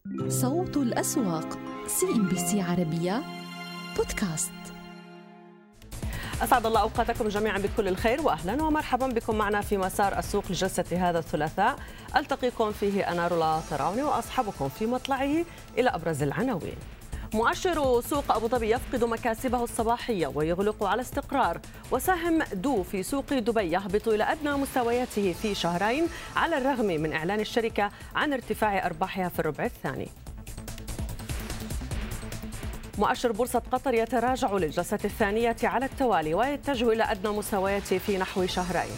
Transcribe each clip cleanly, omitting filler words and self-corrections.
صوت الأسواق CNBC عربية بودكاست. أسعد الله أوقاتكم جميعا بكل الخير وأهلا ومرحبا بكم معنا في مسار السوق لجلسة هذا الثلاثاء. ألتقيكم فيه أنا رولا طراوني وأصحبكم في مطلعه إلى أبرز العناوين. مؤشر سوق أبو ظبي يفقد مكاسبه الصباحية ويغلق على استقرار، وسهم دو في سوق دبي يهبط إلى أدنى مستوياته في شهرين على الرغم من إعلان الشركة عن ارتفاع أرباحها في الربع الثاني. مؤشر بورصة قطر يتراجع للجلسة الثانية على التوالي ويتجه إلى أدنى مستوياته في نحو شهرين.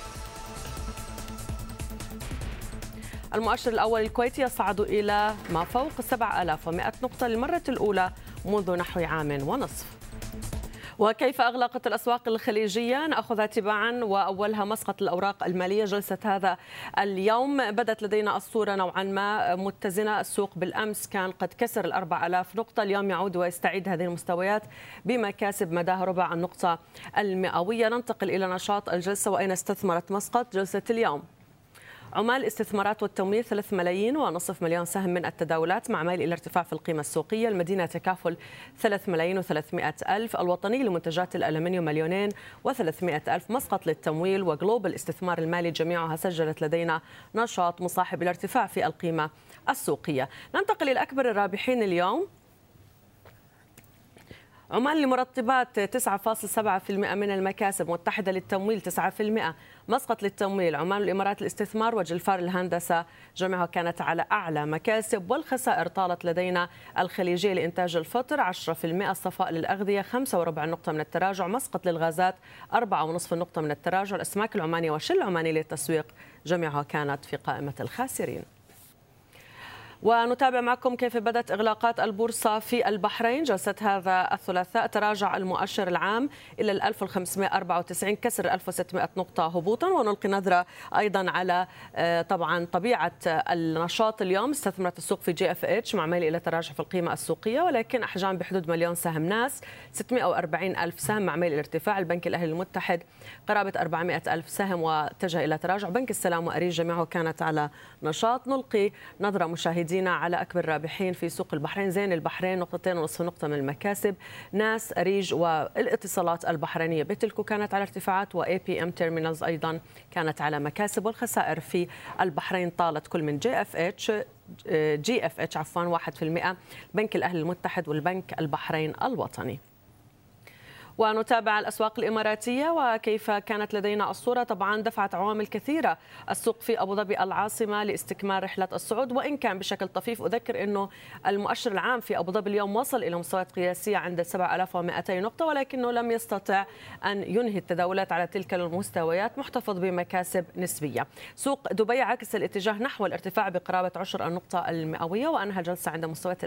المؤشر الأول الكويتي يصعد إلى ما فوق 7100 نقطة للمرة الأولى منذ نحو عام ونصف. وكيف أغلقت الأسواق الخليجية؟ نأخذها تباعا، وأولها مسقط الأوراق المالية. جلسة هذا اليوم بدت لدينا الصورة نوعا ما متزنة. السوق بالأمس كان قد كسر 4000 نقطة، اليوم يعود ويستعيد هذه المستويات بمكاسب مداها ربع النقطة المئوية. ننتقل إلى نشاط الجلسة وأين استثمرت مسقط جلسة اليوم. عمال الاستثمارات والتمويل 3 ملايين ونصف مليون سهم من التداولات مع ميل إلى ارتفاع في القيمة السوقية. المدينة تكافل 3 ملايين و300 ألف. الوطني لمنتجات الألمنيوم 2,300,000. مسقط للتمويل وجلوبال استثمار المالي جميعها سجلت لدينا نشاط مصاحب الارتفاع في القيمة السوقية. ننتقل إلى أكبر الرابحين اليوم. عمال المرطبات 9.7% من المكاسب، متحدة للتمويل 9%، مسقط للتمويل، عمال الإمارات الاستثمار وجلفار الهندسة جميعها كانت على أعلى مكاسب. والخسائر طالت لدينا الخليجية لإنتاج الفطر 10%، الصفاء للأغذية 5.25 نقطة من التراجع، مسقط للغازات 4.5 نقطة من التراجع، الأسماك العمانية والشل العماني للتسويق جميعها كانت في قائمة الخاسرين. ونتابع معكم كيف بدأت إغلاقات البورصة في البحرين. جلسة هذا الثلاثاء تراجع المؤشر العام إلى 1594، كسر 1600 نقطة هبوطا. ونلقي نظرة أيضا على طبعا طبيعة النشاط اليوم. استثمرت السوق في GFH مع ميل إلى تراجع في القيمة السوقية، ولكن أحجام بحدود مليون سهم. ناس 640 ألف سهم مع ميل الارتفاع. البنك الأهلي المتحد قرابة 400 ألف سهم واتجه إلى تراجع. بنك السلام وأريج جميعه كانت على نشاط. نلقي نظرة مشاهدين على أكبر رابحين في سوق البحرين. زين البحرين 2.5 نقطة من المكاسب. ناس، أريج والاتصالات البحرينية بتلكو كانت على ارتفاعات، وAPM تيرمينالز أيضا كانت على مكاسب. والخسائر في البحرين طالت كل من GFH 1%، البنك الأهلي المتحد والبنك البحرين الوطني. ونتابع الأسواق الإماراتية وكيف كانت لدينا الصورة. طبعا دفعت عوامل كثيرة السوق في أبو ظبي العاصمة لاستكمال رحلة الصعود، وإن كان بشكل طفيف. أذكر أنه المؤشر العام في أبو ظبي اليوم وصل إلى مستويات قياسية عند 7200 نقطة، ولكنه لم يستطع أن ينهي التداولات على تلك المستويات، محتفظ بمكاسب نسبية. سوق دبي عكس الاتجاه نحو الارتفاع بقرابة 10 النقطة المئوية، وأنهى الجلسة عند مستويات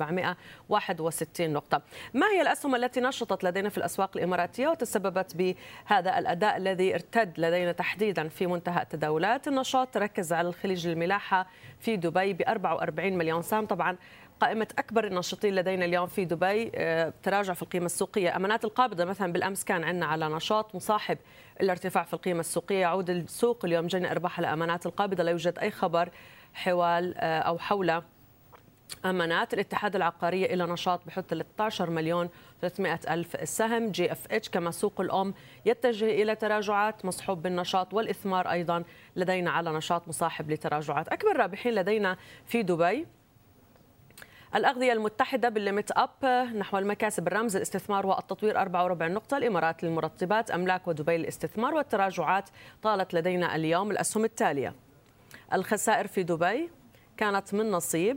2761 نقطة. ما هي الأسهم التي نشطت لدينا في الأسواق الإماراتية وتسببت بهذا الأداء الذي ارتد لدينا تحديدا في منتهى التداولات؟ النشاط تركز على الخليج الملاحة في دبي ب 44 مليون سهم. طبعا قائمة أكبر الناشطين لدينا اليوم في دبي تراجع في القيمة السوقية. أمانات القابضة مثلا بالأمس كان عندنا على نشاط مصاحب الارتفاع في القيمة السوقية. يعود السوق اليوم جني أرباح الأمانات القابضة. لا يوجد أي خبر حوال أو حول أمانات الاتحاد العقارية إلى نشاط بحدود 13 مليون 300 ألف سهم. GFH كما سوق الأم يتجه إلى تراجعات مصحوب بالنشاط، والإثمار أيضا لدينا على نشاط مصاحب لتراجعات. أكبر رابحين لدينا في دبي الأغذية المتحدة بالليمت أب نحو المكاسب. الرمز الاستثمار والتطوير 4.25 نقطة. الإمارات للمرطبات، أملاك ودبي للاستثمار. والتراجعات طالت لدينا اليوم الأسهم التالية. الخسائر في دبي كانت من نصيب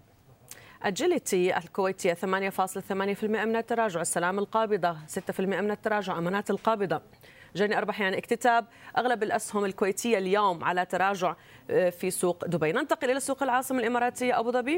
أجيليتي الكويتية 8.8% من التراجع. السلام القابضة 6% من التراجع. أمانات القابضة جني أرباح يعني اكتتاب. أغلب الأسهم الكويتية اليوم على تراجع في سوق دبي. ننتقل إلى سوق العاصمة الإماراتية أبو ظبي،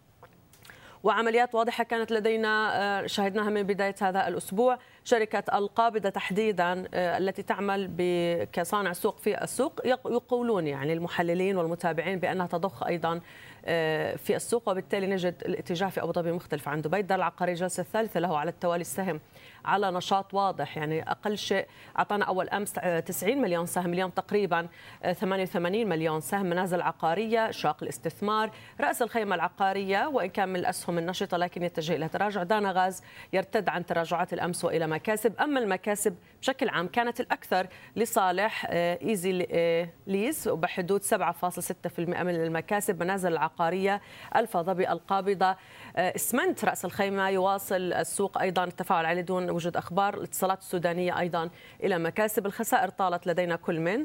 وعمليات واضحة كانت لدينا شاهدناها من بداية هذا الأسبوع. شركة القابضة تحديدا التي تعمل كصانع سوق في السوق، يقولون يعني المحللين والمتابعين بأنها تضخ أيضا في السوق، وبالتالي نجد الاتجاه في أبو ظبي مختلف عن دبي. الدار العقاري الجلسة الثالثة له على التوالي السهم على نشاط واضح، يعني أقل شيء أعطانا أول أمس 90 مليون سهم، اليوم تقريبا 88 مليون سهم. منازل عقارية، شاق الاستثمار، رأس الخيمة العقارية وإن كان من الأسهم النشطة لكن يتجه إلى تراجع. دانا غاز يرتد عن تراجعات الأمس وإلى مكاسب. أما المكاسب بشكل عام كانت الأكثر لصالح إيزي ليز وبحدود 7.6% من المكاسب. منازل العقارية، ألفا ظبي، القابضة، اسمنت رأس الخيمة يواصل السوق أيضا التفاعل عليه دون وجود أخبار. الاتصالات السودانية أيضا إلى مكاسب. الخسائر طالت لدينا كل من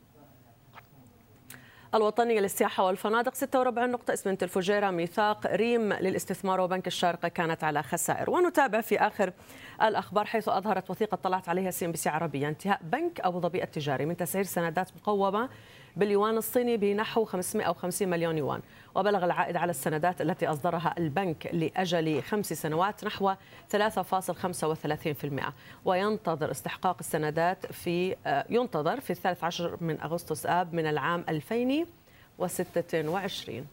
الوطنية للسياحة والفنادق 46 نقطة، اسمنت الفجيرة، ميثاق، ريم للاستثمار وبنك الشارقة كانت على خسائر. ونتابع في آخر الأخبار حيث أظهرت وثيقة طلعت عليها CNBC عربية انتهاء بنك أبو ظبي التجاري من تسعير سندات مقومة باليوان الصيني بنحو 550 مليون يوان، وبلغ العائد على السندات التي أصدرها البنك لأجل 5 سنوات نحو 3.35%. وينتظر استحقاق السندات في 13 من أغسطس آب من العام 2026.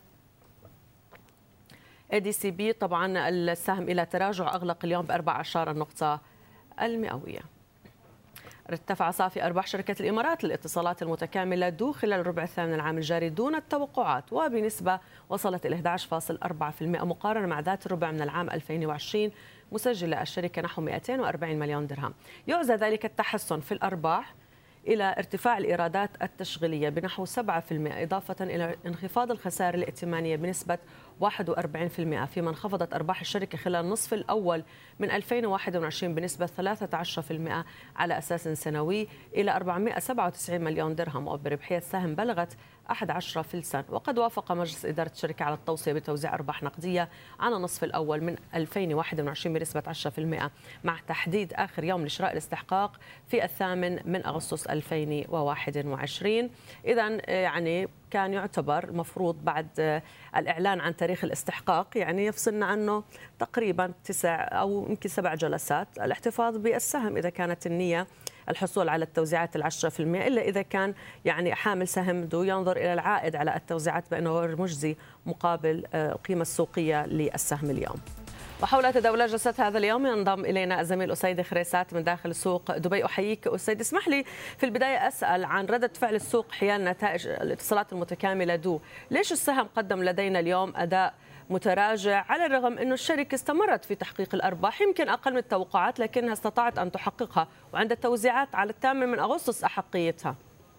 ADCB طبعا السهم إلى تراجع، أغلق اليوم ب14 نقطة المئوية. ارتفع صافي أرباح شركة الإمارات للاتصالات المتكاملة دو خلال الربع الثاني من العام الجاري دون التوقعات، وبنسبة وصلت إلى 11.4% مقارنة مع ذات الربع من العام 2020، مسجلة الشركة نحو 240 مليون درهم. يعزى ذلك التحسن في الأرباح إلى ارتفاع الإيرادات التشغيلية بنحو 7%، إضافة إلى انخفاض الخسائر الائتمانية بنسبة 41%، فيما انخفضت أرباح الشركة خلال النصف الأول من 2021 بنسبة 13% على أساس سنوي إلى 497 مليون درهم، وبربحية السهم بلغت 11 فلسا. وقد وافق مجلس إدارة الشركة على التوصية بتوزيع أرباح نقدية على النصف الأول من 2021 بنسبة 10%، مع تحديد آخر يوم لشراء الاستحقاق في 8 من أغسطس 2021. إذن يعني كان يعتبر مفروض بعد الإعلان عن تاريخ الاستحقاق يعني يفصلنا عنه تقريبا 9 أو يمكن 7 جلسات الاحتفاظ بالسهم إذا كانت النية الحصول على التوزيعات 10%، إلا إذا كان يعني حامل سهم دو ينظر إلى العائد على التوزيعات بأنه غير مجزي مقابل القيمة السوقية للسهم اليوم. وحول تداول جلسة هذا اليوم ينضم إلينا الزميل أسيد خريسات من داخل سوق دبي. أحييك أسيد. اسمح لي في البداية أسأل عن ردة فعل السوق حيال نتائج الاتصالات المتكاملة دو. ليش السهم قدم لدينا اليوم أداء متراجع على الرغم أن الشركة استمرت في تحقيق الأرباح يمكن أقل من التوقعات لكنها استطاعت أن تحققها، وعند التوزيعات على 8 من أغسطس أحقيتها؟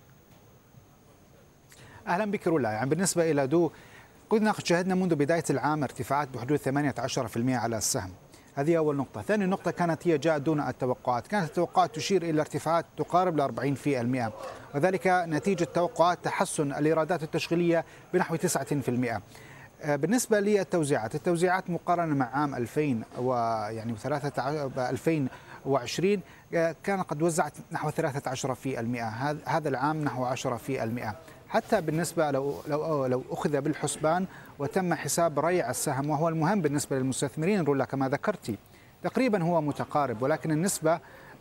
أهلا بك رولا. يعني بالنسبة إلى دو كنا شاهدنا منذ بداية العام ارتفاعات بحدود 18% على السهم، هذه أول نقطة. ثاني نقطة كانت هي جاءت دون التوقعات، كانت التوقعات تشير إلى ارتفاعات تقارب ل 40%، وذلك نتيجة توقعات تحسن الإيرادات التشغيلية بنحو 9%. بالنسبة للتوزيعات، التوزيعات مقارنة مع عام 2020 كان قد وزعت نحو 13%، هذا العام نحو 10%. حتى بالنسبة لو أخذ بالحسبان وتم حساب ريع السهم وهو المهم بالنسبة للمستثمرين رولا كما ذكرتي، تقريبا هو متقارب، ولكن النسبة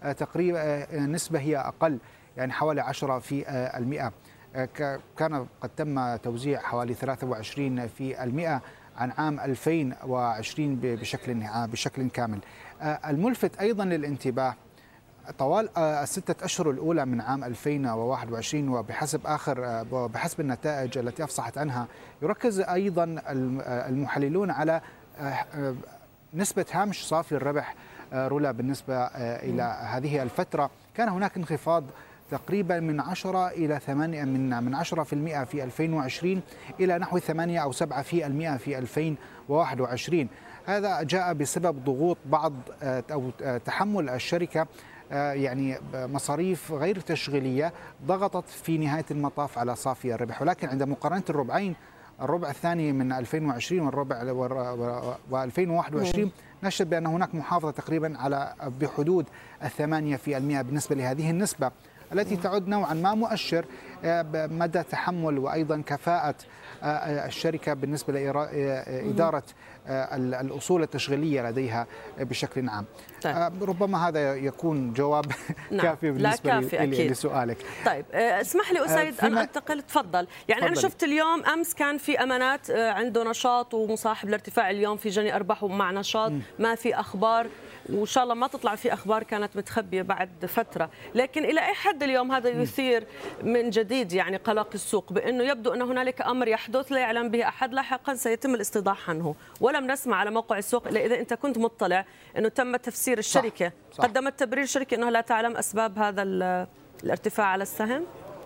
هي أقل، يعني حوالي 10%. كان قد تم توزيع حوالي 23% عن عام 2020 بشكل كامل. الملفت أيضا للانتباه طوال الستة أشهر الأولى من عام 2021 وبحسب النتائج التي أفصحت عنها، يركز أيضا المحللون على نسبة هامش صافي الربح رولا. بالنسبة إلى هذه الفترة كان هناك انخفاض تقريبا من 10 إلى 8 من 10% في 2020 إلى نحو 8 أو 7% في 2021. هذا جاء بسبب ضغوط بعض أو تحمل الشركة يعني مصاريف غير تشغيلية ضغطت في نهاية المطاف على صافي الربح، ولكن عند مقارنة الربعين، الربع الثاني من 2020 والربع و2021 نشهد بأن هناك محافظة تقريبا على بحدود 8% بالنسبة لهذه النسبة التي تعد نوعا ما مؤشر مدى تحمل وأيضا كفاءة الشركة بالنسبة لإدارة الأصول التشغيلية لديها بشكل عام. طيب. ربما هذا يكون جواب كافي بالنسبة لسؤالك. طيب اسمح لي أسيد أن أنتقل. تفضل. يعني أنا شفت اليوم أمس كان في أمانات عنده نشاط ومصاحب لارتفاع، اليوم في جني أرباح ومع نشاط، ما في أخبار، وإن شاء الله ما تطلع في أخبار كانت متخبية بعد فترة. لكن إلى أي حد اليوم هذا يثير من جديد يعني قلق السوق، بأنه يبدو أن هنالك أمر يحدث لا يعلم به أحد، لاحقا سيتم الاستيضاح عنه، ولم نسمع على موقع السوق إلا إذا أنت كنت مطلع أنه تم تفسير الشركة. صح. قدمت تبرير الشركة أنها لا تعلم أسباب هذا الارتفاع على السهم.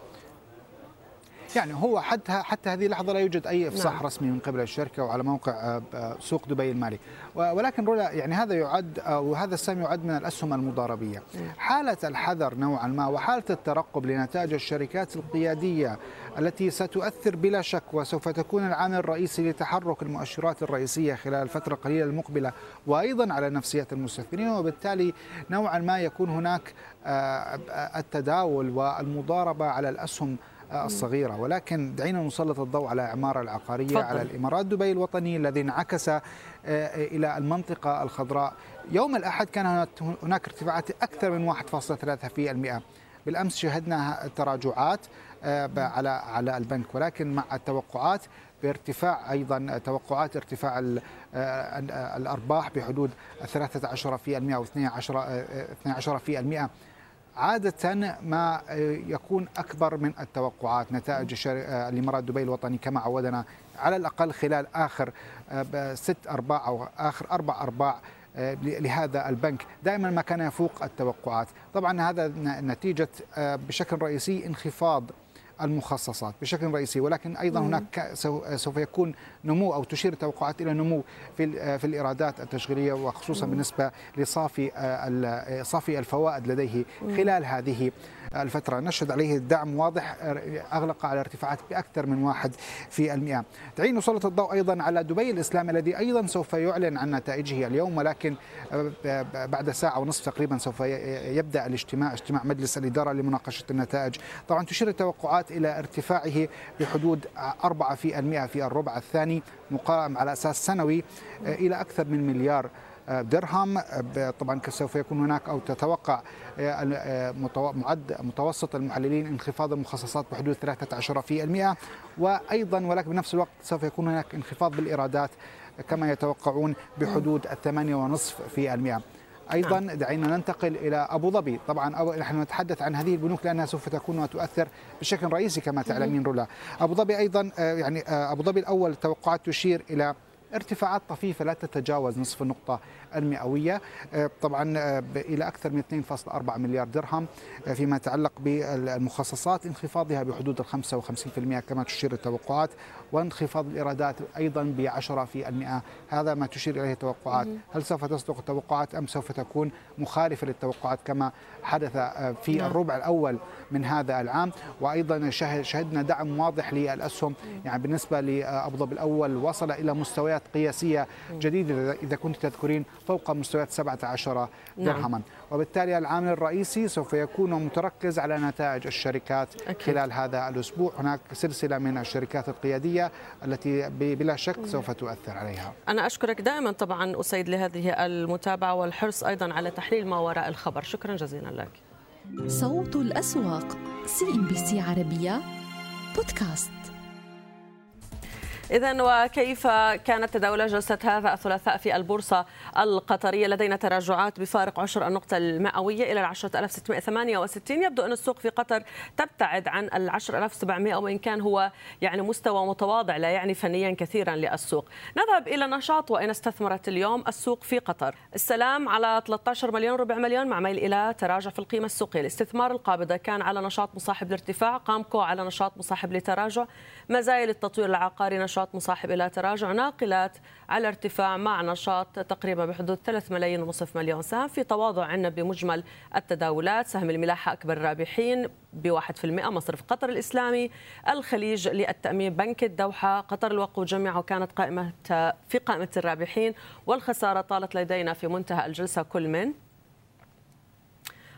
يعني هو حتى هذه اللحظة لا يوجد أي إفصاح رسمي من قبل الشركة وعلى موقع سوق دبي المالي، ولكن رولا يعني هذا يعد، أو هذا السهم يعد من الأسهم المضاربية. حالة الحذر نوعا ما وحالة الترقب لنتائج الشركات القيادية التي ستؤثر بلا شك وسوف تكون العامل الرئيسي لتحرك المؤشرات الرئيسية خلال الفترة القليلة المقبلة، وأيضا على نفسيات المستثمرين، وبالتالي نوعا ما يكون هناك التداول والمضاربة على الأسهم الصغيرة. ولكن دعينا نسلط الضوء على العمارة العقارية. فضل. على الإمارات دبي الوطني الذي انعكس إلى المنطقة الخضراء. يوم الأحد كان هناك ارتفاعات أكثر من 1.3%. بالأمس شهدنا تراجعات على البنك، ولكن مع التوقعات بارتفاع، أيضا توقعات ارتفاع الأرباح بحدود 13% و 12%. عادة ما يكون أكبر من التوقعات نتائج الإمارات دبي الوطني كما عودنا على الأقل خلال آخر 6 أرباع أو آخر 4 أرباع لهذا البنك، دائما ما كان يفوق التوقعات. طبعا هذا نتيجة بشكل رئيسي انخفاض المخصصات بشكل رئيسي، ولكن أيضا هناك سوف يكون نمو، أو تشير التوقعات إلى نمو في الإيرادات التشغيلية، وخصوصا بالنسبة لصافي الفوائد لديه خلال هذه الفترة. نشهد عليه دعم واضح أغلق على ارتفاعات بأكثر من 1%. دعينا نسلط الضوء أيضا على دبي الإسلامي الذي أيضا سوف يعلن عن نتائجه اليوم، ولكن بعد ساعة ونصف تقريبا سوف يبدأ اجتماع مجلس الإدارة لمناقشة النتائج. طبعا تشير التوقعات إلى ارتفاعه بحدود 4% في الربع الثاني مقارنة على أساس سنوي إلى أكثر من مليار درهم. طبعا سوف يكون هناك، أو تتوقع متوسط المحللين انخفاض المخصصات بحدود 13%، وأيضا ولكن بنفس الوقت سوف يكون هناك انخفاض بالإيرادات كما يتوقعون بحدود 8.5%. أيضا دعينا ننتقل إلى أبو ظبي. طبعا نحن نتحدث عن هذه البنوك لأنها سوف تكون وتؤثر بشكل رئيسي كما تعلمين رولا. أبو ظبي أيضا يعني أبو ظبي الأول التوقعات تشير إلى ارتفاعات طفيفة لا تتجاوز نصف النقطة المئوية، طبعا إلى أكثر من 2.4 مليار درهم. فيما يتعلق بالمخصصات انخفاضها بحدود 55% كما تشير التوقعات، وانخفاض الإيرادات أيضا ب10%. هذا ما تشير إليه التوقعات. هل سوف تصدق التوقعات أم سوف تكون مخالفة للتوقعات كما حدث في الربع الأول من هذا العام؟ وأيضا شهدنا دعم واضح للأسهم، يعني بالنسبة لأبو ظبي الأول وصل إلى مستويات قياسية جديدة إذا كنت تذكرين فوق مستويات 17 درهما. وبالتالي العامل الرئيسي سوف يكون متركز على نتائج الشركات خلال هذا الأسبوع. هناك سلسلة من الشركات القيادية التي بلا شك سوف تؤثر عليها. أنا أشكرك دائما طبعا أسيد لهذه المتابعة والحرص أيضا على تحليل ما وراء الخبر. شكرا جزيلا لك. صوت الأسواق CNBC عربية بودكاست. إذن وكيف كانت تداول جلسة هذا الثلاثاء في البورصة القطرية؟ لدينا تراجعات بفارق 10 النقطة المئوية إلى 10,668. يبدو أن السوق في قطر تبتعد عن 10,700، وإن كان هو يعني مستوى متواضع لا يعني فنيا كثيرا للسوق. نذهب إلى نشاط وإن استثمرت اليوم السوق في قطر. السلام على 13 مليون ربع مليون مع ميل إلى تراجع في القيمة السوقية. الاستثمار القابضة كان على نشاط مصاحب لارتفاع، قامكو على نشاط مصاحب لتراجع، مزايا للتطوير العقاري نشاط مصاحب إلى تراجع، ناقلات على ارتفاع مع نشاط تقريبا بحدود 3.5 مليون سهم. في تواضع عندنا بمجمل التداولات. سهم الملاحة أكبر الرابحين ب1%، مصرف قطر الإسلامي، الخليج للتأمين، بنك الدوحة، قطر الوقود جميعه كانت في قائمة الرابحين، والخسارة طالت لدينا في منتهى الجلسة كل من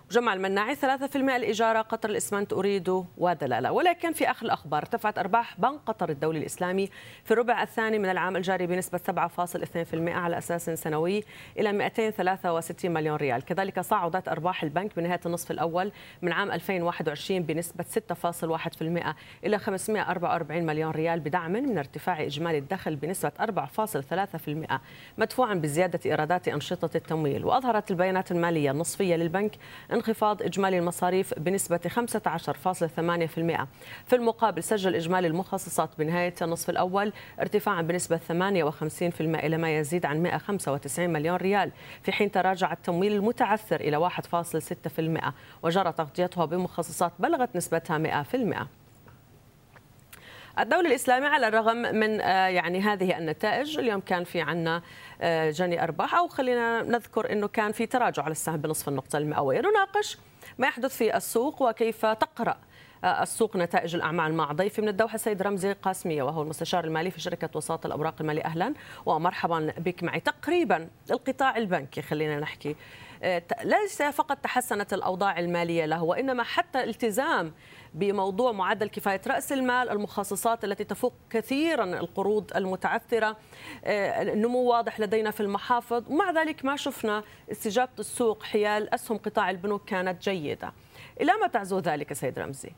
جمع المناعي 3% الإجارة، قطر الإسمنت أريد ودلالة. ولكن في آخر الأخبار ارتفعت أرباح بنك قطر الدولي الإسلامي في الربع الثاني من العام الجاري بنسبة 7.2% على أساس سنوي إلى 263 مليون ريال. كذلك صعدت أرباح البنك بنهاية النصف الأول من عام 2021 بنسبة 6.1% إلى 544 مليون ريال، بدعم من ارتفاع إجمالي الدخل بنسبة 4.3% مدفوعا بزيادة إيرادات أنشطة التمويل. وأظهرت البيانات المالية النصفية للبنك انخفاض إجمالي المصاريف بنسبة 15.8%. في المقابل سجل إجمالي المخصصات بنهاية النصف الأول ارتفاعا بنسبة 58% إلى ما يزيد عن 195 مليون ريال، في حين تراجع التمويل المتعثر إلى 1.6% وجرى تغطيتها بمخصصات بلغت نسبتها 100%. الدولي الإسلامي على الرغم من هذه النتائج، اليوم كان في عنا جني أرباح، أو خلينا نذكر أنه كان في تراجع على السهم بنصف النقطة المئوية. نناقش ما يحدث في السوق وكيف تقرأ السوق نتائج الأعمال مع ضيفي من الدوحة السيد رمزي قاسمية، وهو المستشار المالي في شركة وساط الأوراق المالية. أهلا ومرحبا بك معي. تقريبا القطاع البنكي خلينا نحكي ليس فقط تحسنت الأوضاع المالية له، وإنما حتى التزام بموضوع معدل كفاية رأس المال، المخصصات التي تفوق كثيرا القروض المتعثرة، النمو واضح لدينا في المحافظ، ومع ذلك ما شفنا استجابة السوق حيال أسهم قطاع البنوك كانت جيدة. إلى ما تعزو ذلك سيد رمزي؟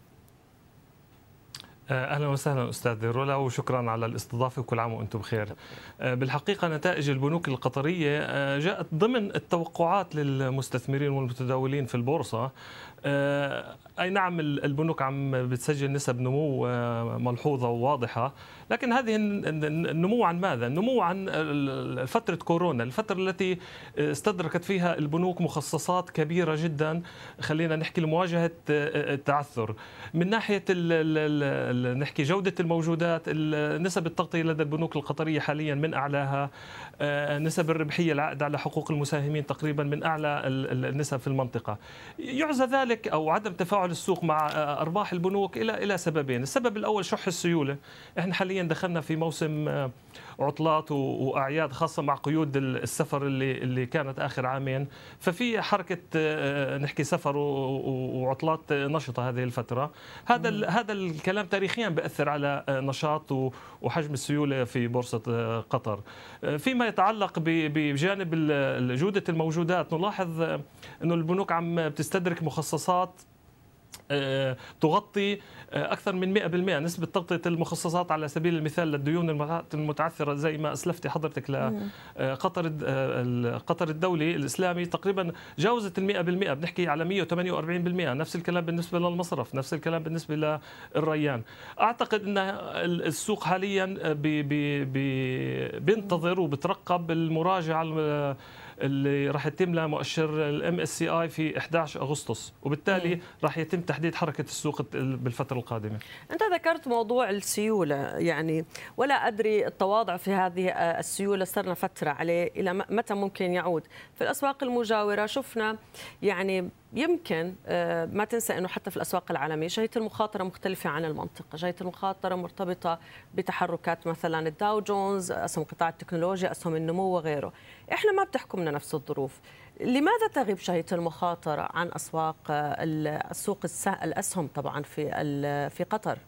اهلا وسهلا استاذ رولا، وشكرا على الاستضافه وكل عام وانتم بخير. بالحقيقه نتائج البنوك القطريه جاءت ضمن التوقعات للمستثمرين والمتداولين في البورصه. اي نعم البنوك عم بتسجل نسب نمو ملحوظه وواضحه، لكن هذه النمو عن ماذا؟ النمو عن فتره كورونا، الفتره التي استدركت فيها البنوك مخصصات كبيره جدا، خلينا نحكي لمواجهه التعثر من ناحيه نحكي جودة الموجودات. نسب التغطية لدى البنوك القطرية حاليا من أعلاها، نسب الربحية العائدة على حقوق المساهمين تقريبا من أعلى النسب في المنطقة. يعزى ذلك أو عدم تفاعل السوق مع أرباح البنوك إلى سببين. السبب الأول شح السيولة. احنا حاليا دخلنا في موسم عطلات وأعياد، خاصة مع قيود السفر اللي كانت آخر عامين، ففي حركة نحكي سفر وعطلات نشطة هذه الفترة. هذا الكلام تاريخيا بأثر على نشاط وحجم السيولة في بورصة قطر. فيما يتعلق بجانب جودة الموجودات، نلاحظ أنه البنوك عم بتستدرك مخصصات تغطي أكثر من 100%. نسبة تغطية المخصصات على سبيل المثال للديون المتعثرة زي ما أسلفتي حضرتك قطر الدولي الإسلامي تقريبا جاوزت 100%، بنحكي على 148%. نفس الكلام بالنسبة للمصرف، نفس الكلام بالنسبة للريان. أعتقد أن السوق حاليا بينتظر وبترقب المراجعة اللي راح يتم لها مؤشر MSCI في 11 أغسطس، وبالتالي راح يتم تحديد حركة السوق بالفترة القادمة. أنت ذكرت موضوع السيولة، ولا أدري التواضع في هذه السيولة صرنا فترة عليه، إلى متى ممكن يعود؟ في الأسواق المجاورة شفنا يمكن ما تنسى أنه حتى في الأسواق العالمية شهية المخاطرة مختلفة عن المنطقة. شهية المخاطرة مرتبطة بتحركات مثلا الداو جونز، أسهم قطاع التكنولوجيا، أسهم النمو وغيره. إحنا ما بتحكمنا نفس الظروف. لماذا تغيب شهية المخاطرة عن أسواق السوق الأسهم طبعا في قطر؟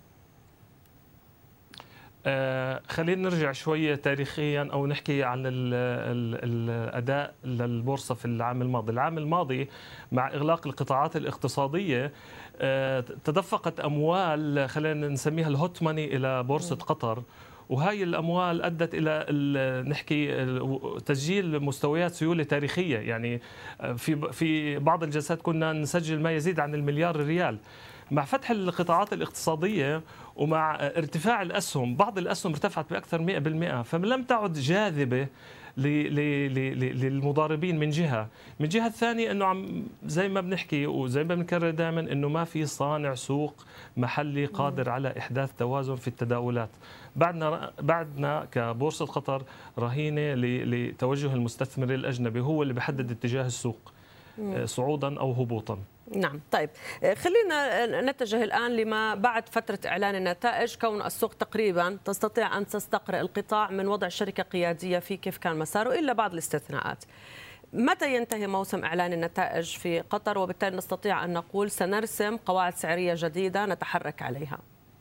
خلينا نرجع شوية تاريخيا أو نحكي عن الأداء للبورصة في العام الماضي. العام الماضي مع إغلاق القطاعات الاقتصادية تدفقت أموال خلينا نسميها الهوت ماني إلى بورصة قطر، وهي الأموال أدت إلى نحكي تسجيل مستويات سيولة تاريخية. يعني في بعض الجلسات كنا نسجل ما يزيد عن المليار ريال. مع فتح القطاعات الاقتصادية ومع ارتفاع الأسهم، بعض الأسهم ارتفعت بأكثر 100%، فلم تعد جاذبة للمضاربين من جهة. من جهة الثانية أنه زي ما بنحكي وزي ما بنكرر دائما أنه ما في صانع سوق محلي قادر على إحداث توازن في التداولات. بعدنا كبورصة قطر رهينة لتوجه المستثمر الأجنبي، هو اللي بيحدد اتجاه السوق صعودا أو هبوطا. نعم. طيب خلينا نتجه الآن لما بعد فترة إعلان النتائج، كون السوق تقريبا تستطيع أن تستقرئ القطاع من وضع شركة قيادية في كيف كان مساره إلا بعض الاستثناءات. متى ينتهي موسم إعلان النتائج في قطر، وبالتالي نستطيع أن نقول سنرسم قواعد سعرية جديدة نتحرك عليها؟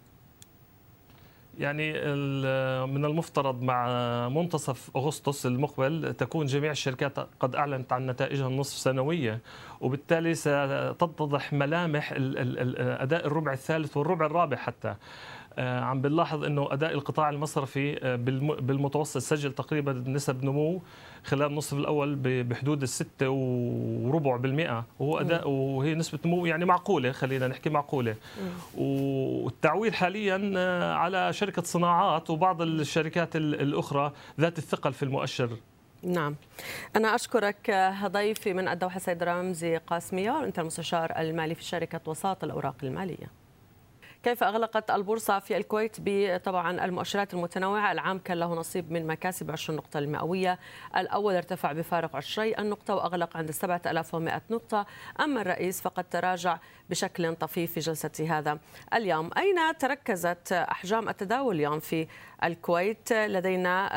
يعني من المفترض مع منتصف أغسطس المقبل تكون جميع الشركات قد أعلنت عن نتائجها النصف سنوية، وبالتالي ستتضح ملامح أداء الربع الثالث والربع الرابع. حتى عم بنلاحظ أنه أداء القطاع المصرفي بالمتوسط سجل تقريبا نسب نمو خلال النصف الأول بحدود 6.4%، وهو أداء وهي نسبة نمو يعني معقولة، خلينا نحكي معقولة. والتعويل حاليا على شركة صناعات وبعض الشركات الأخرى ذات الثقل في المؤشر. نعم، أنا أشكرك ضيفي من الدوحة سيد رمزي قاسمية، أنت المستشار المالي في شركة وساط الأوراق المالية. كيف أغلقت البورصة في الكويت بطبعا المؤشرات المتنوعة؟ العام كان له نصيب من مكاسب 20 نقطة المئوية، الأول ارتفع بفارق 20 النقطة وأغلق عند 7100 نقطة، أما الرئيس فقد تراجع بشكل طفيف في جلسة هذا اليوم. أين تركزت أحجام التداول اليوم في الكويت؟ لدينا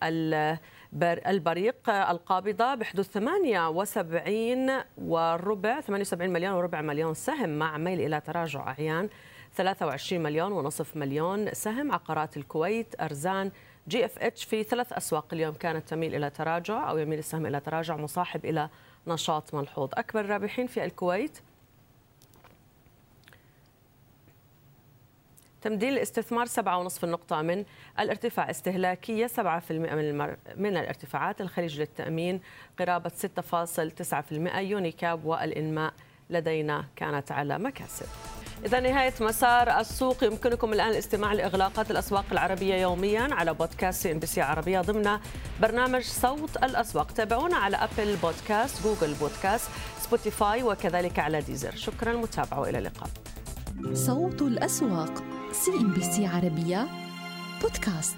البريق القابضة بحدود 78 مليون وربع مليون سهم مع ميل إلى تراجع أعيان 23 مليون ونصف مليون سهم. عقارات الكويت، أرزان، جي اف اتش في 3 أسواق اليوم كانت تميل إلى تراجع أو يميل السهم إلى تراجع مصاحب إلى نشاط ملحوظ. أكبر الرابحين في الكويت تمدين الاستثمار 7.5 النقطة من الارتفاع، استهلاكية 7% من الارتفاعات، الخليج للتأمين قرابة 6.9%، يونيكاب والإنماء لدينا كانت على مكاسب. إذا نهاية مسار السوق. يمكنكم الآن الاستماع لإغلاقات الأسواق العربية يوميا على بودكاست CNBC عربية ضمن برنامج صوت الأسواق. تابعونا على أبل بودكاست، جوجل بودكاست، سبوتيفاي وكذلك على ديزر. شكرا للمتابعة وإلى اللقاء. صوت الأسواق CNBC عربية بودكاست.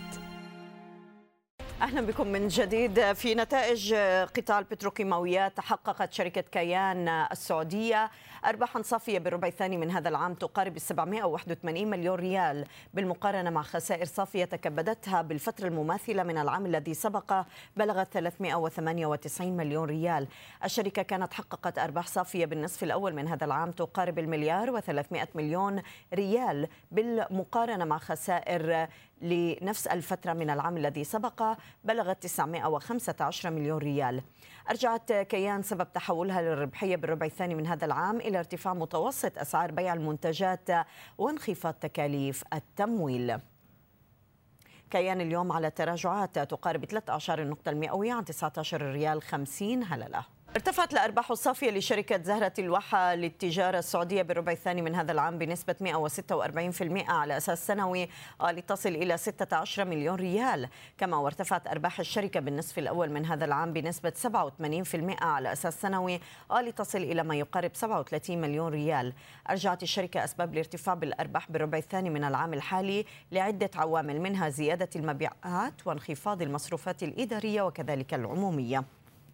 أهلا بكم من جديد. في نتائج قطاع البتروكيماويات تحققت شركة كيان السعودية أرباحا صافية بالربع الثاني من هذا العام تقارب 781 مليون ريال، بالمقارنة مع خسائر صافية تكبدتها بالفترة المماثلة من العام الذي سبق بلغت 398 مليون ريال. الشركة كانت حققت أرباح صافية بالنصف الأول من هذا العام تقارب 1,300 مليون ريال، بالمقارنة مع خسائر لنفس الفترة من العام الذي سبق بلغت 915 مليون ريال. أرجعت كيان سبب تحولها للربحية بالربع الثاني من هذا العام إلى ارتفاع متوسط أسعار بيع المنتجات وانخفاض تكاليف التمويل. كيان اليوم على تراجعات تقارب 13 النقطة المئوية عن 19 ريال 50 هللة. ارتفعت الأرباح الصافية لشركة زهرة الواحة للتجارة السعودية بالربع الثاني من هذا العام بنسبة 146% على أساس سنوي لتصل إلى 16 مليون ريال، كما وارتفعت أرباح الشركة بالنصف الأول من هذا العام بنسبة 87% على أساس سنوي لتصل إلى ما يقارب 37 مليون ريال. أرجعت الشركة أسباب الارتفاع بالأرباح بالربع الثاني من العام الحالي لعدة عوامل، منها زيادة المبيعات وانخفاض المصروفات الإدارية وكذلك العمومية.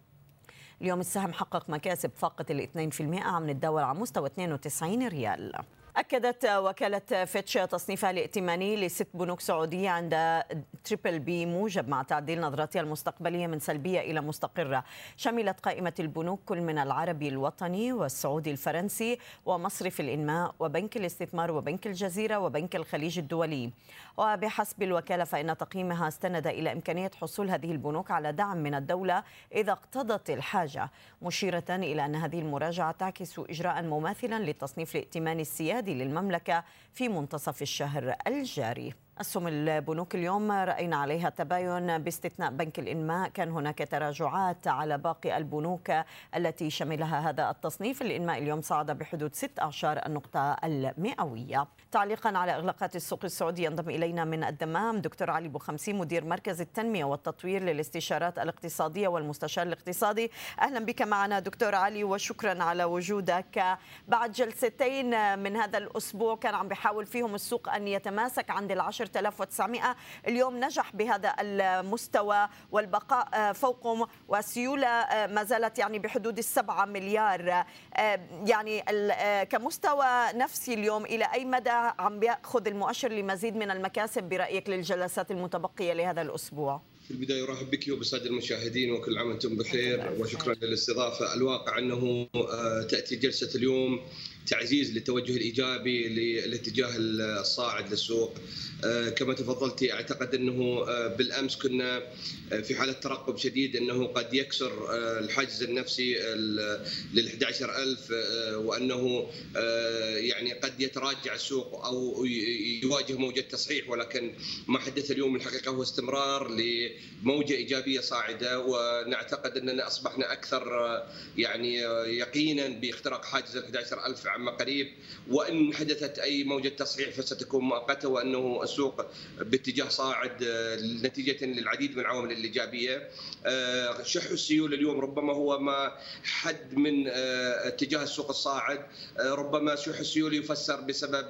اليوم السهم حقق مكاسب فاقت 2% عم نتداول على مستوى 92 ريال. أكدت وكالة فيتش تصنيفها الائتماني ل6 بنوك سعودية عند تريبل بي موجب، مع تعديل نظرتها المستقبلية من سلبية إلى مستقرة. شملت قائمة البنوك كل من العربي الوطني والسعودي الفرنسي ومصرف الإنماء وبنك الاستثمار وبنك الجزيرة وبنك الخليج الدولي. وبحسب الوكالة فإن تقييمها استند إلى إمكانية حصول هذه البنوك على دعم من الدولة إذا اقتضت الحاجة، مشيرة إلى أن هذه المراجعة تعكس إجراء مماثلا للتصنيف الائتماني السيادي للمملكة في منتصف الشهر الجاري. أسهم البنوك اليوم رأينا عليها تباين باستثناء بنك الإنماء، كان هناك تراجعات على باقي البنوك التي شملها هذا التصنيف. الإنماء اليوم صعد بحدود 16 النقطة المئوية. تعليقا على إغلاقات السوق السعودي ينضم إلينا من الدمام دكتور علي بوخمسي، مدير مركز التنمية والتطوير للاستشارات الاقتصادية والمستشار الاقتصادي. أهلا بك معنا دكتور علي وشكرا على وجودك. بعد جلستين من هذا الأسبوع كان عم بيحاول فيهم السوق أن يتماسك عند 10,900، اليوم نجح بهذا المستوى والبقاء فوقهم، والسيولة ما زالت يعني بحدود 7 مليار. يعني كمستوى نفسي اليوم إلى أي مدى عم بيأخذ المؤشر لمزيد من المكاسب برأيك للجلسات المتبقية لهذا الأسبوع؟ في البداية أرحب بك وبالسادة المشاهدين وكل عام وأنتم بخير، وشكرا للاستضافة. الواقع أنه تأتي جلسة اليوم تعزيز للتوجه الإيجابي للاتجاه الصاعد للسوق. كما تفضلتي، أعتقد أنه بالأمس كنا في حالة ترقب شديد أنه قد يكسر الحاجز النفسي لل 11,000 وأنه يعني قد يتراجع السوق أو يواجه موجة تصحيح، ولكن ما حدث اليوم الحقيقة هو استمرار لموجة إيجابية صاعدة، ونعتقد أننا أصبحنا أكثر يعني يقينا باختراق حاجز ال 11,000 عما قريب، وإن حدثت أي موجة تصحيح فستكون مؤقتة، وأنه السوق باتجاه صاعد نتيجة للعديد من العوامل الإيجابية. شح السيولة اليوم ربما هو ما حد من اتجاه السوق الصاعد. ربما شح السيولة يفسر بسبب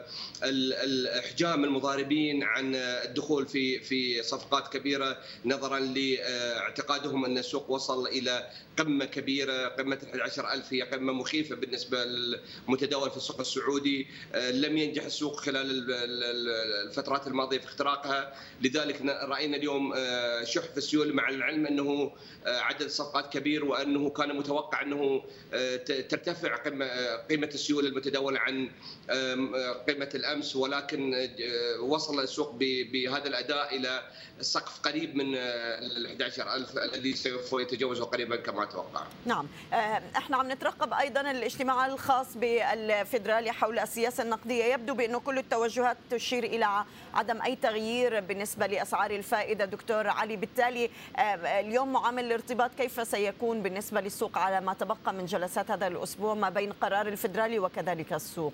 إحجام المضاربين عن الدخول في صفقات كبيرة، نظرا لاعتقادهم أن السوق وصل إلى قمة كبيرة. قمة 11,000 هي قمة مخيفة بالنسبة للمتداول في السوق السعودي، لم ينجح السوق خلال الفترات الماضية في اختراقها، لذلك رأينا اليوم شح في السيولة، مع العلم أنه عدد الصفقات كبير وأنه كان متوقع أنه ترتفع قيمة السيولة المتداولة عن قيمة الأمس، ولكن وصل السوق بهذا الأداء إلى السقف قريب من ال 11,000 الذي سوف يتجاوزه قريبا كما أتوقع. نعم، احنا عم نترقب أيضا الاجتماع الخاص بالفيدرالي حول السياسة النقدية. يبدو بأنه كل التوجهات تشير إلى عدم أي تغيير بالنسبة لأسعار الفائدة. دكتور علي، بالتالي اليوم معامل الارتباط كيف سيكون بالنسبة للسوق على ما تبقى من جلسات هذا الأسبوع ما بين قرار الفيدرالي وكذلك السوق؟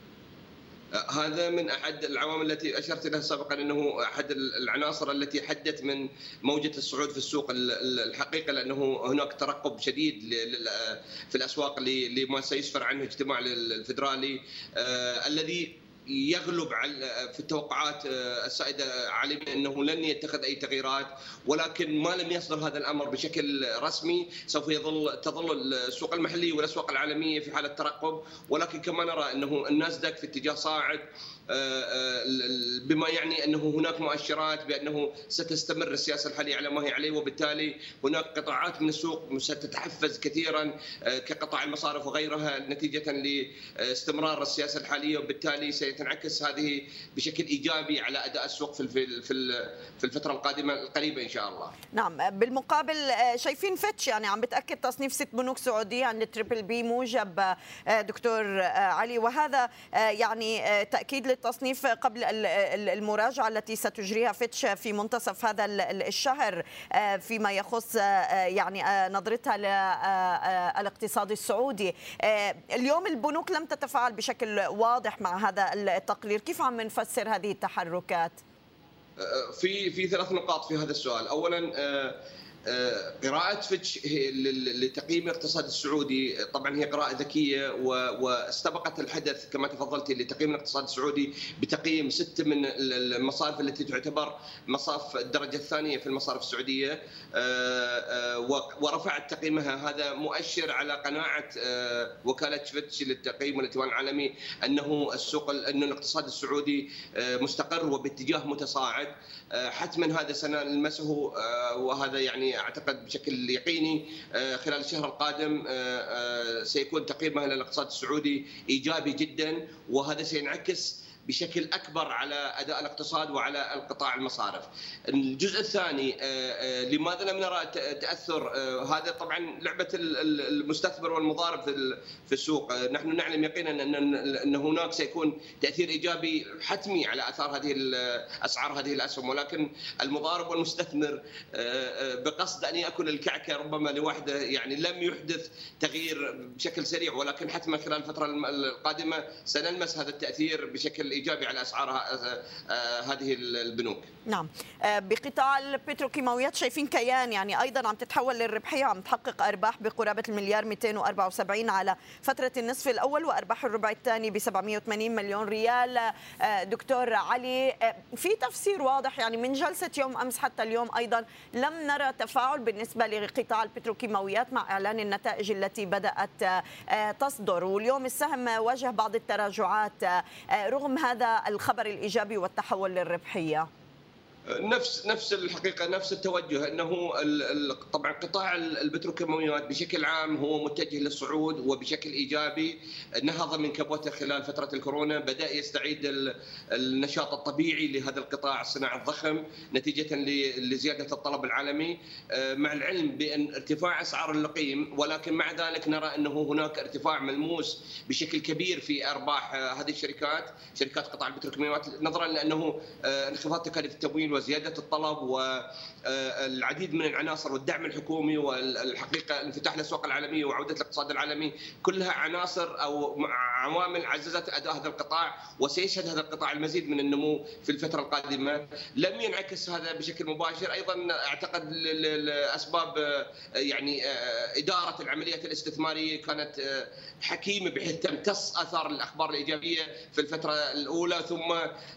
هذا من أحد العوامل التي أشرت لها سابقا، أنه أحد العناصر التي حدت من موجة الصعود في السوق الحقيقة، لأنه هناك ترقب شديد في الأسواق لما سيسفر عنه اجتماع الفيدرالي الذي يغلب في التوقعات السائدة عالميا أنه لن يتخذ أي تغييرات، ولكن ما لم يصدر هذا الأمر بشكل رسمي سوف تظل السوق المحلي والأسواق العالمية في حالة ترقب. ولكن كما نرى أنه الناسداك في اتجاه صاعد، بما يعني أنه هناك مؤشرات بأنه ستستمر السياسة الحالية على ما هي عليه، وبالتالي هناك قطاعات من السوق ستتحفز كثيرا كقطاع المصارف وغيرها نتيجة لاستمرار السياسة الحالية، وبالتالي سيتنعكس هذه بشكل إيجابي على أداء السوق في الفترة القادمة القريبة إن شاء الله. نعم، بالمقابل شايفين فيتش يعني عم بتأكد تصنيف 6 بنوك سعودية عند تريبل بي موجب دكتور علي، وهذا يعني تأكيد للتصنيف قبل المراجعة التي ستجريها فيتش في منتصف هذا الشهر فيما يخص يعني نظرتها للاقتصاد السعودي. اليوم البنوك لم تتفاعل بشكل واضح مع هذا التقرير، كيف عم نفسر هذه التحركات؟ في 3 نقاط في هذا السؤال. أولا، قراءة فيتش لتقييم الاقتصاد السعودي طبعا هي قراءة ذكية، واستبقت الحدث كما تفضلتي لتقييم الاقتصاد السعودي بتقييم 6 من المصارف التي تعتبر مصاف الدرجة الثانية في المصارف السعودية، ورفعت تقييمها. هذا مؤشر على قناعة وكالة فيتش للتقييم والائتمان العالمي أنه أنه الاقتصاد السعودي مستقر وباتجاه متصاعد. حتما هذا سنلمسه، وهذا يعني أعتقد بشكل يقيني خلال الشهر القادم سيكون تقييمها للاقتصاد السعودي إيجابي جدا، وهذا سينعكس بشكل أكبر على أداء الاقتصاد وعلى القطاع المصارف. الجزء الثاني، لماذا لم نرى تأثر؟ هذا طبعا لعبة المستثمر والمضارب في السوق. نحن نعلم يقينا أن هناك سيكون تأثير إيجابي حتمي على أثار أسعار هذه الأسهم، ولكن المضارب والمستثمر بقصد أن يأكل الكعكة ربما لوحده يعني لم يحدث تغيير بشكل سريع، ولكن حتما خلال الفترة القادمة سنلمس هذا التأثير بشكل إيجابي على أسعار هذه البنوك. نعم، بقطاع البتروكيماويات شايفين كيان يعني أيضا عم تتحول للربحية، عم تحقق أرباح بقرابة المليار 274 على فترة النصف الأول، وأرباح الربع الثاني ب 780 مليون ريال. دكتور علي، في تفسير واضح يعني من جلسة يوم أمس حتى اليوم أيضا لم نرى تفاعل بالنسبة لقطاع البتروكيماويات مع إعلان النتائج التي بدأت تصدر، واليوم السهم واجه بعض التراجعات رغم هذا الخبر الإيجابي والتحول للربحية. نفس الحقيقه، نفس التوجه، انه طبعا قطاع البتروكيماويات بشكل عام هو متجه للصعود وبشكل ايجابي، نهض من كبوته خلال فتره الكورونا، بدا يستعيد النشاط الطبيعي لهذا القطاع الصناعي الضخم نتيجه لزياده الطلب العالمي، مع العلم بان ارتفاع اسعار اللقيم، ولكن مع ذلك نرى انه هناك ارتفاع ملموس بشكل كبير في ارباح هذه الشركات، شركات قطاع البتروكيماويات، نظرا لانه انخفاض تكاليف التمويل وزياده الطلب والعديد من العناصر والدعم الحكومي والحقيقه انفتاح الاسواق العالميه وعوده الاقتصاد العالمي، كلها عناصر او عوامل عززت اداء هذا القطاع، وسيشهد هذا القطاع المزيد من النمو في الفتره القادمه. لم ينعكس هذا بشكل مباشر، ايضا اعتقد لاسباب يعني اداره العمليات الاستثماريه كانت حكيمه بحيث تمتص اثار الاخبار الايجابيه في الفتره الاولى، ثم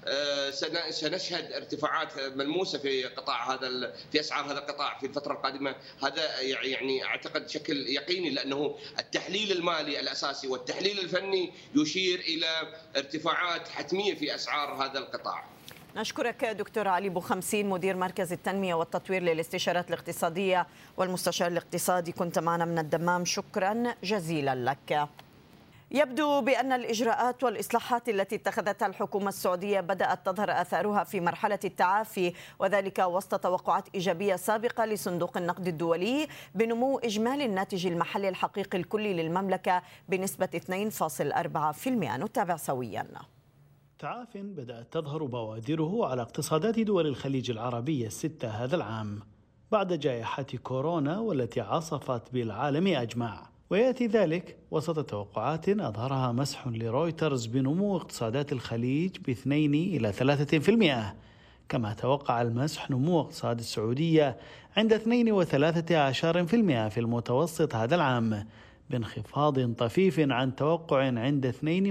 سنشهد ارتفاعات ملموسه في قطاع في اسعار هذا القطاع في الفتره القادمه. هذا يعني اعتقد بشكل يقيني، لانه التحليل المالي الاساسي والتحليل الفني يشير الى ارتفاعات حتميه في اسعار هذا القطاع. نشكرك دكتور علي بوخمسين، مدير مركز التنمية والتطوير للاستشارات الاقتصادية والمستشار الاقتصادي، كنت معنا من الدمام، شكرا جزيلا لك. يبدو بأن الإجراءات والإصلاحات التي اتخذتها الحكومة السعودية بدأت تظهر آثارها في مرحلة التعافي، وذلك وسط توقعات إيجابية سابقة لصندوق النقد الدولي بنمو إجمالي الناتج المحلي الحقيقي الكلي للمملكة بنسبة 2.4%. نتابع سويا. تعاف بدأت تظهر بوادره على اقتصادات دول الخليج العربية الستة هذا العام بعد جائحة كورونا والتي عصفت بالعالم أجمع، ويأتي ذلك وسط توقعات أظهرها مسح لرويترز بنمو اقتصادات الخليج ب2 إلى 3%، كما توقع المسح نمو اقتصاد السعودية عند 2.13% في المتوسط هذا العام، بانخفاض طفيف عن توقع عند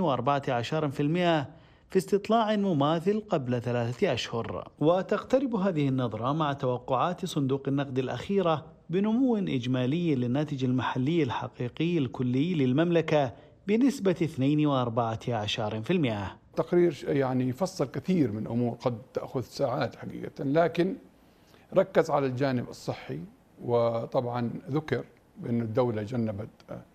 2.14% في استطلاع مماثل قبل 3 أشهر. وتقترب هذه النظرة مع توقعات صندوق النقد الأخيرة بنمو إجمالي للناتج المحلي الحقيقي الكلي للمملكة بنسبة 2.14%. تقرير يعني يفصل كثير من أمور قد تأخذ ساعات حقيقة، لكن ركز على الجانب الصحي، وطبعا ذكر بأن الدولة جنبت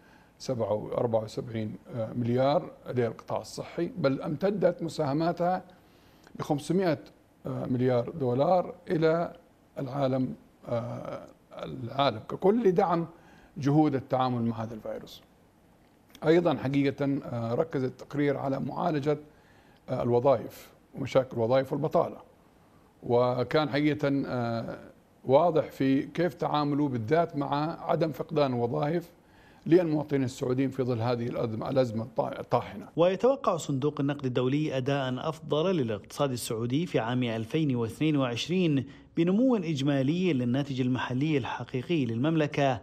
74 مليار للقطاع الصحي، بل امتدت مساهماتها ب500 مليار دولار إلى العالم ككل لدعم جهود التعامل مع هذا الفيروس. أيضا حقيقة ركز التقرير على معالجة الوظائف ومشاكل الوظائف والبطالة، وكان حقيقة واضح في كيف تعاملوا بالذات مع عدم فقدان الوظائف للمواطنين السعوديين في ظل هذه الأزمة الطاحنة. ويتوقع صندوق النقد الدولي أداء أفضل للاقتصاد السعودي في عام 2022 بنمو إجمالي للناتج المحلي الحقيقي للمملكة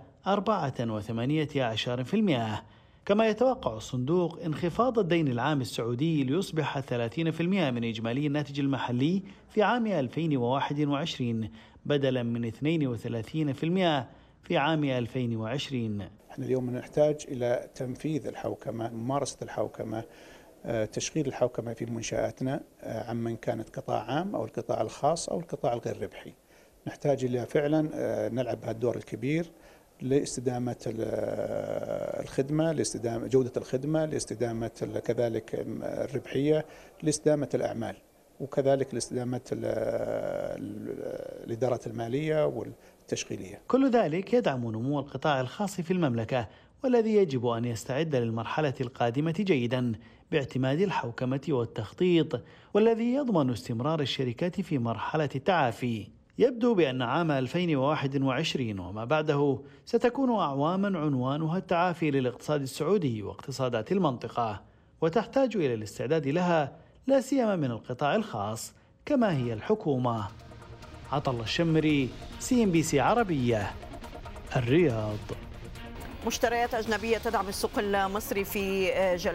4.18%، كما يتوقع الصندوق انخفاض الدين العام السعودي ليصبح 30% من إجمالي الناتج المحلي في عام 2021 بدلا من 32% في عام 2020. احنا اليوم نحتاج إلى تنفيذ الحوكمة، ممارسة الحوكمة، تشغيل الحوكمة في منشآتنا عمن كانت قطاع عام أو القطاع الخاص أو القطاع الغير ربحي. نحتاج إلى فعلا نلعب هذا الدور الكبير لاستدامة الخدمة، لاستدامة جودة الخدمة، لاستدامة كذلك الربحية، لاستدامة الأعمال، وكذلك لاستدامة الإدارات المالية والتشغيلية. كل ذلك يدعم نمو القطاع الخاص في المملكة، والذي يجب أن يستعد للمرحلة القادمة جيدا باعتماد الحوكمة والتخطيط، والذي يضمن استمرار الشركات في مرحلة التعافي. يبدو بأن عام 2021 وما بعده ستكون أعواما عنوانها التعافي للاقتصاد السعودي واقتصادات المنطقة، وتحتاج إلى الاستعداد لها لا سيما من القطاع الخاص كما هي الحكومة. عطا الله الشمري، CNBC عربية، الرياض. مشتريات أجنبية تدعم السوق المصري في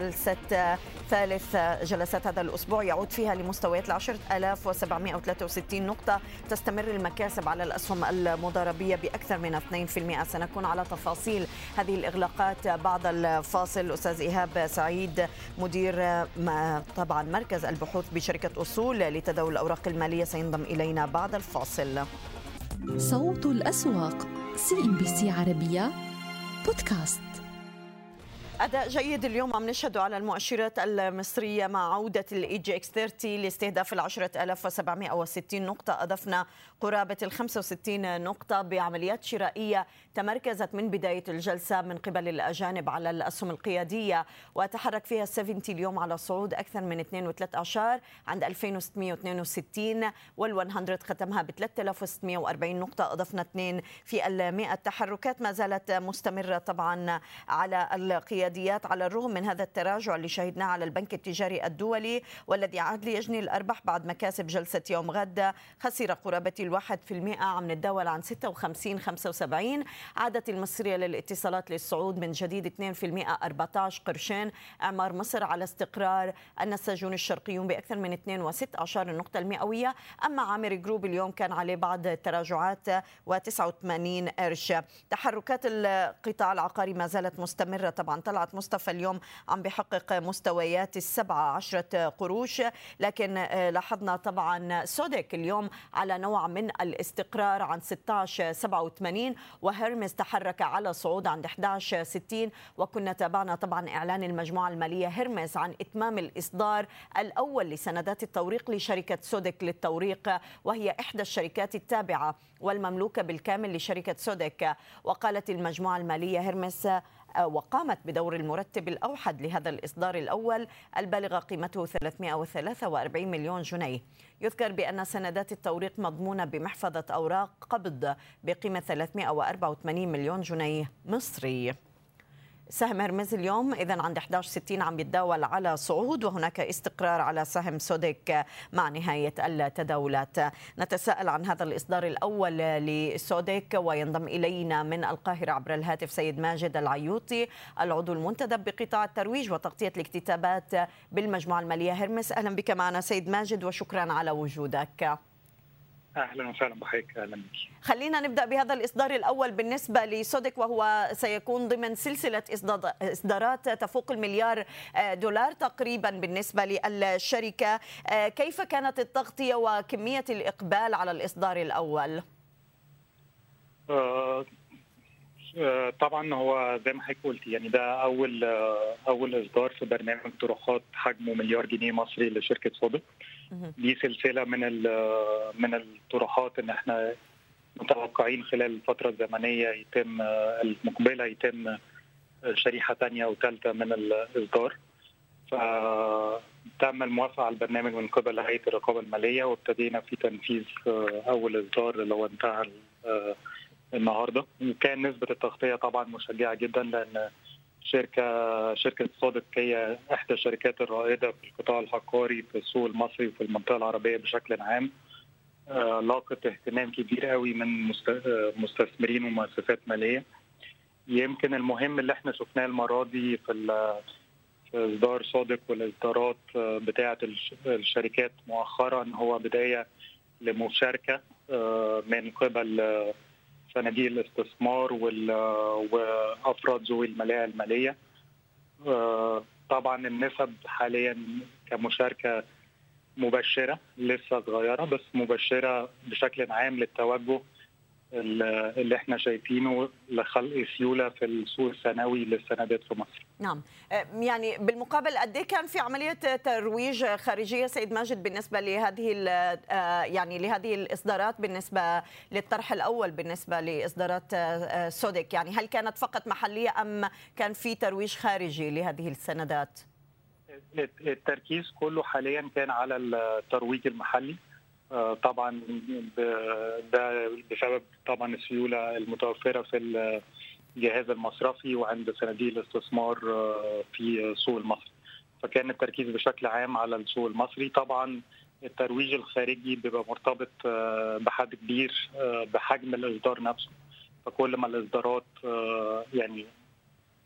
ثالث جلسات هذا الأسبوع يعود فيها لمستويات 10,763 نقطة. تستمر المكاسب على الأسهم المضاربية بأكثر من 2%. سنكون على تفاصيل هذه الإغلاقات بعد الفاصل. أستاذ إيهاب سعيد مدير طبعا مركز البحوث بشركة أصول لتداول الأوراق المالية سينضم إلينا بعد الفاصل. صوت الأسواق CNBC عربية بودكاست. أداء جيد اليوم عم نشهده على المؤشرات المصرية مع عودة الEGX 30 لاستهداف 10,760 نقطة. أضفنا قرابة 65 نقطة بعمليات شرائية تمركزت من بداية الجلسة من قبل الأجانب على الأسهم القيادية، وتحرك فيها 70 اليوم على صعود أكثر من 2.3 عند 2662، وال100 ختمها ب 3640 نقطة، أضفنا 2%. التحركات ما زالت مستمرة طبعا على القيادية على الرغم من هذا التراجع اللي شهدناه على البنك التجاري الدولي، والذي عاد ليجني الأرباح بعد مكاسب جلسة يوم غد. خسر قرابة 1%، عم نتداول عن 56.75. عادت المصرية للاتصالات للصعود من جديد 2%، 14 قرشين. إعمار مصر على استقرار. النساجون الشرقيون بأكثر من 2.16 النقطة المئوية. أما عامر جروب اليوم كان عليه بعض التراجعات و89 قرش. تحركات القطاع العقاري ما زالت مستمرة. طبعا طلعت مصطفى اليوم عم بيحقق مستويات 17 قروش، لكن لاحظنا طبعا سودك اليوم على نوع من الاستقرار عن 16.87، وهرمس تحرك على صعود عند 11.60. وكنا تابعنا طبعا إعلان المجموعة المالية هرمس عن إتمام الإصدار الأول لسندات التوريق لشركة سودك للتوريق، وهي إحدى الشركات التابعة والمملوكة بالكامل لشركة سودك. وقالت المجموعة المالية هرمس وقامت بدور المرتب الأوحد لهذا الإصدار الأول البالغ قيمته 343 مليون جنيه. يذكر بأن سندات التوريق مضمونة بمحفظة أوراق قبض بقيمة 384 مليون جنيه مصري. سهم هرمز اليوم إذن عند 11.60 عم يتداول على صعود، وهناك استقرار على سهم سودك مع نهاية التداولات. نتساءل عن هذا الإصدار الأول لسودك، وينضم إلينا من القاهرة عبر الهاتف سيد ماجد العيوطي العضو المنتدب بقطاع الترويج وتغطية الاكتتابات بالمجموعة المالية هرمس. أهلا بك معنا سيد ماجد وشكرا على وجودك. اهلا وسهلا بحضرتك. اهلا بك. خلينا نبدا بهذا الاصدار الاول بالنسبه لسودك، وهو سيكون ضمن سلسله اصدارات تفوق $1 مليار تقريبا بالنسبه للشركه. كيف كانت التغطيه وكميه الاقبال على الاصدار الاول؟ طبعا هو زي ما حضرتك قلتي، يعني ده اول اصدار في برنامج طروحات حجمه $1 مليار مصري لشركه سودك. دي سلسله من الطروحات ان احنا متوقعين خلال الفتره الزمنيه يتم المقبله يتم شريحه ثانيه وثالثه من الاصدار. فتم الموافقه على البرنامج من قبل هيئه الرقابه الماليه، وابتدينا في تنفيذ اول اصدار اللي هو انتهى النهارده. وكان نسبه التغطيه طبعا مشجعه جدا، لان شركة سودك هي إحدى الشركات الرائدة في القطاع العقاري في السوق المصري وفي المنطقة العربية بشكل عام. لاقت اهتمام كبير قوي من مستثمرين ومؤسسات مالية. يمكن المهم اللي احنا شفناه المرة دي في إصدار سودك والإصدارات بتاعة الشركات مؤخرا هو بداية لمشاركة من قبل صناديق الاستثمار وافراد ذوي الملاءه الماليه. طبعا النسب حاليا كمشاركه مبشره، لسه صغيره بس مبشره بشكل عام للتوجه اللي احنا شايفينه لخلق سيوله في السوق الثانوي للسندات في مصر. نعم، يعني بالمقابل قد ايه كان في عمليه ترويج خارجيه سيد ماجد بالنسبه لهذه يعني لهذه الاصدارات بالنسبه للطرح الاول بالنسبه لاصدارات سودك؟ يعني هل كانت فقط محليه ام كان في ترويج خارجي لهذه السندات؟ التركيز كله حاليا كان على الترويج المحلي. طبعا ده بسبب طبعا السيوله المتوفره في الجهاز المصرفي وعند صناديق الاستثمار في السوق المصري، فكان التركيز بشكل عام على السوق المصري. طبعا الترويج الخارجي بيبقى مرتبط بحد كبير بحجم الاصدار نفسه، فكل ما الاصدارات يعني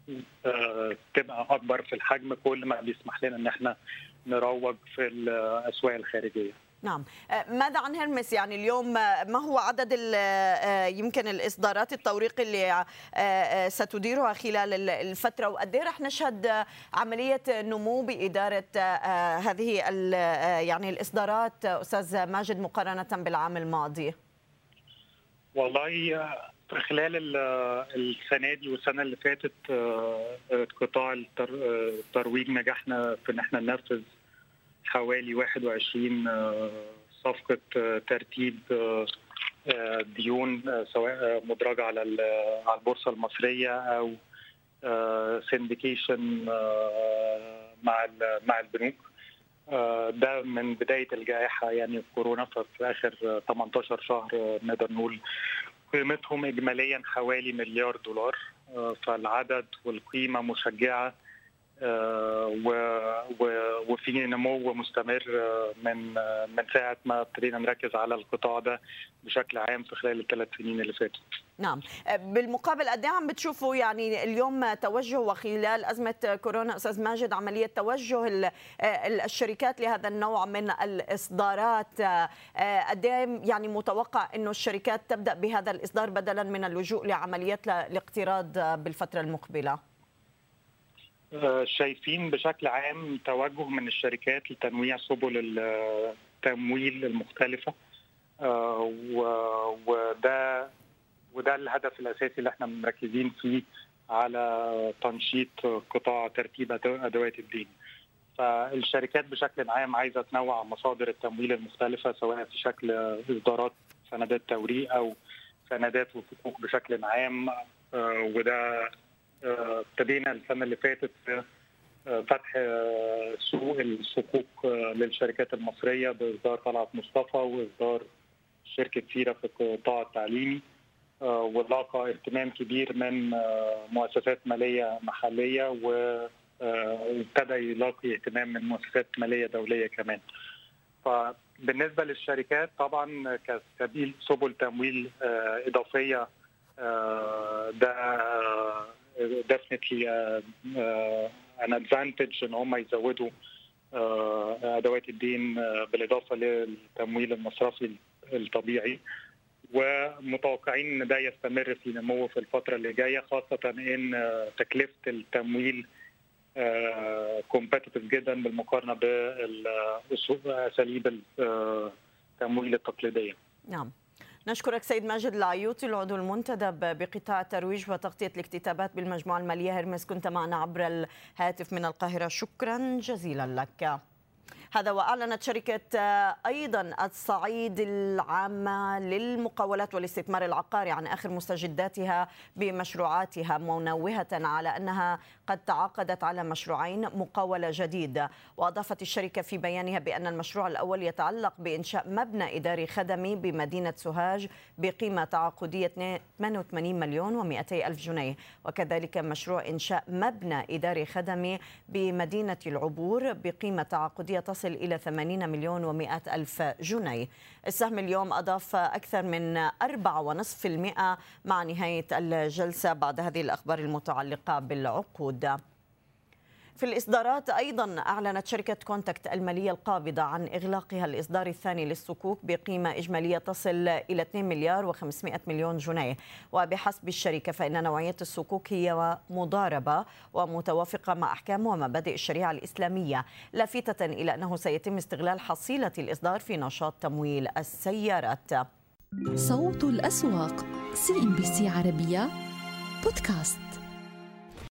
تبقى اكبر في الحجم، كل ما بيسمح لنا ان احنا نروج في الاسواق الخارجيه. نعم. ماذا عن هيرمس؟ يعني اليوم ما هو عدد يمكن الإصدارات التوريق اللي ستديرها خلال الفترة، وقد ايه رح نشهد عملية نمو بإدارة هذه يعني الإصدارات أستاذ ماجد مقارنة بالعام الماضي؟ والله خلال السنة دي والسنة اللي فاتت قطاع الترويج نجحنا في ان احنا ننفذ حوالي 21 صفقة ترتيب ديون سواء مدرجة على البورصة المصرية أو سينديكيشن مع البنوك. ده من بداية الجائحة يعني كورونا، ففي آخر 18 شهر نقدر نقول قيمتهم إجماليا حوالي $1 مليار. فالعدد والقيمة مشجعة، وفي نمو مستمر من ساعة ما ابتدينا نركز على القطاع ده بشكل عام في خلال ال3 سنين اللي فاتوا. نعم. بالمقابل قد ايه عم بتشوفوا يعني اليوم توجه وخلال أزمة كورونا أستاذ ماجد عملية توجه الشركات لهذا النوع من الإصدارات؟ قد ايه يعني متوقع إنه الشركات تبدأ بهذا الإصدار بدلا من اللجوء لعمليات الاقتراض بالفترة المقبلة؟ شايفين بشكل عام توجه من الشركات لتنويع سبل التمويل المختلفة، وده الهدف الأساسي اللي احنا مركزين فيه على تنشيط قطاع ترتيب أدوات الدين. فالشركات بشكل عام عايزة تنوع مصادر التمويل المختلفة سواء في شكل إصدارات سندات توريق أو سندات وصكوك بشكل عام. وده ابتدينا السنة اللي فاتت فتح سوق الصكوك للشركات المصرية بإصدار طلعت مصطفى وإصدار شركة سيرة في القطاع التعليمي، ولاقى اهتمام كبير من مؤسسات مالية محلية، وابتدى يلاقي اهتمام من مؤسسات مالية دولية كمان. فبالنسبة للشركات طبعا كسبيل سبل تمويل إضافية، ده definitely an advantage ان هم يزودوا ادوات الدين بالاضافه للتمويل المصرفي الطبيعي، ومتوقعين ان ده يستمر في نموه في الفتره اللي جايه، خاصه ان تكلفه التمويل كومبيتيتيف جدا بالمقارنه باساليب التمويل التقليديه. نعم. نشكرك سيد ماجد العيوطي العضو المنتدب بقطاع الترويج وتغطية الاكتتابات بالمجموعة المالية هيرمس، كنت معنا عبر الهاتف من القاهرة، شكرا جزيلا لك. هذا وأعلنت شركة أيضا الصعيد العامة للمقاولات والاستثمار العقاري عن آخر مستجداتها بمشروعاتها، منوهة على أنها قد تعاقدت على مشروعين مقاولة جديد. وأضافت الشركة في بيانها بأن المشروع الأول يتعلق بإنشاء مبنى إداري خدمي بمدينة سوهاج بقيمة تعاقدية 88,200,000 جنيه، وكذلك مشروع إنشاء مبنى إداري خدمي بمدينة العبور بقيمة تعاقدية تصل إلى 80,100,000 جنيه. السهم اليوم أضاف أكثر من 4.5% مع نهاية الجلسة بعد هذه الأخبار المتعلقة بالعقود. في الإصدارات أيضا أعلنت شركة كونتاكت المالية القابضة عن إغلاقها الإصدار الثاني للصكوك بقيمة إجمالية تصل إلى 2,500,000,000 جنيه. وبحسب الشركة فإن نوعية الصكوك هي مضاربة ومتوافقة مع أحكام ومبادئ الشريعة الإسلامية، لافتة إلى أنه سيتم استغلال حصيلة الإصدار في نشاط تمويل السيارات. صوت الأسواق CNBC عربية بودكاست.